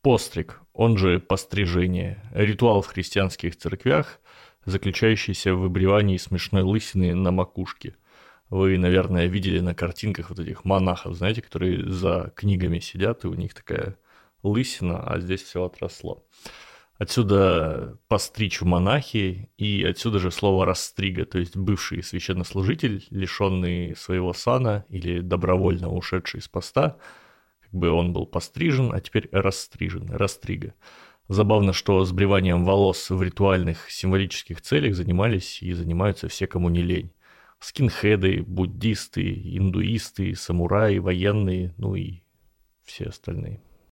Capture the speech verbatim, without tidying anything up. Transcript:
Постриг, он же пострижение, ритуал в христианских церквях, заключающийся в выбривании смешной лысины на макушке. Вы, наверное, видели на картинках вот этих монахов, знаете, которые за книгами сидят, и у них такая лысина, а здесь все отросло. Отсюда постричь в монахи, и отсюда же слово «растрига», то есть бывший священнослужитель, лишенный своего сана или добровольно ушедший с поста, как бы он был пострижен, а теперь расстрижен, растрига. Забавно, что сбриванием волос в ритуальных символических целях занимались и занимаются все, кому не лень. Скинхеды, буддисты, индуисты, самураи, военные, ну и все остальные.